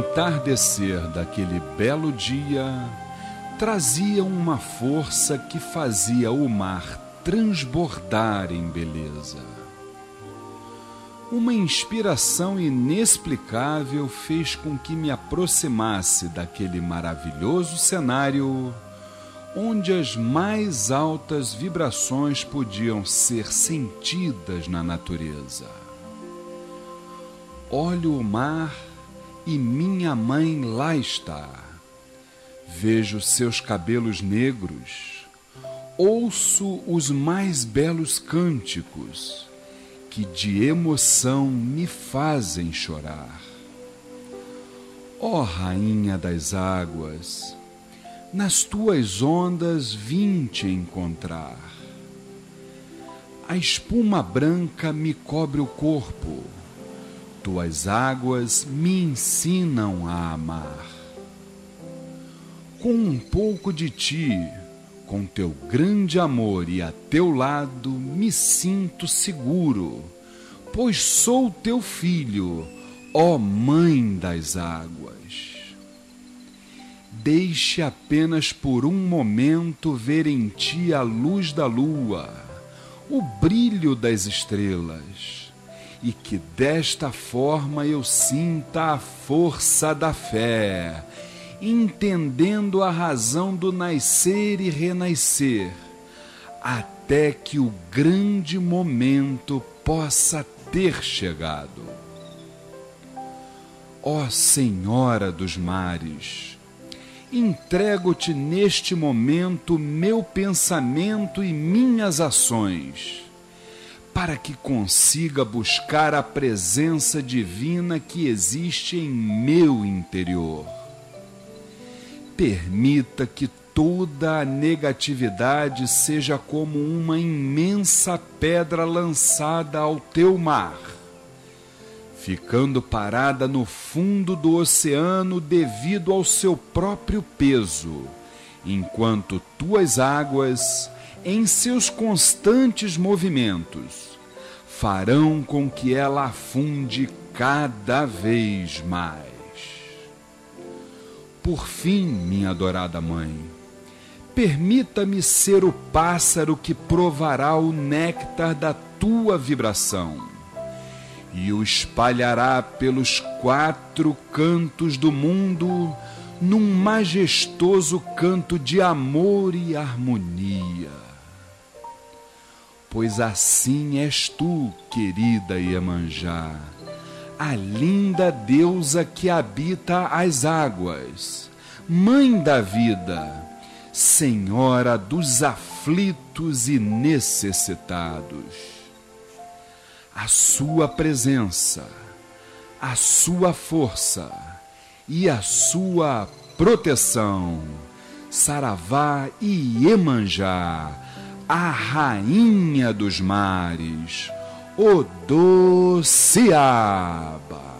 entardecer daquele belo dia trazia uma força que fazia o mar transbordar em beleza. Uma inspiração inexplicável fez com que me aproximasse daquele maravilhoso cenário onde as mais altas vibrações podiam ser sentidas na natureza. Olho o mar e minha mãe lá está. Vejo seus cabelos negros, ouço os mais belos cânticos que de emoção me fazem chorar. Ó Rainha das Águas, nas tuas ondas vim te encontrar. A espuma branca me cobre o corpo, tuas águas me ensinam a amar. Com um pouco de ti, com teu grande amor e a teu lado, me sinto seguro, pois sou teu filho, ó Mãe das Águas. Deixe apenas por um momento ver em ti a luz da lua, o brilho das estrelas, e que desta forma eu sinta a força da fé, entendendo a razão do nascer e renascer, até que o grande momento possa ter chegado. Ó Senhora dos mares, entrego-te neste momento meu pensamento e minhas ações, para que consiga buscar a presença divina que existe em meu interior. Permita que toda a negatividade seja como uma imensa pedra lançada ao teu mar, ficando parada no fundo do oceano devido ao seu próprio peso, enquanto tuas águas, em seus constantes movimentos, farão com que ela afunde cada vez mais. Por fim, minha adorada Mãe, permita-me ser o pássaro que provará o néctar da tua vibração e o espalhará pelos 4 cantos do mundo num majestoso canto de amor e harmonia. Pois assim és tu, querida Iemanjá, a linda deusa que habita as águas, Mãe da vida, Senhora dos aflitos e necessitados. A sua presença, a sua força e a sua proteção, Saravá e Iemanjá, a Rainha dos Mares, Odociaba.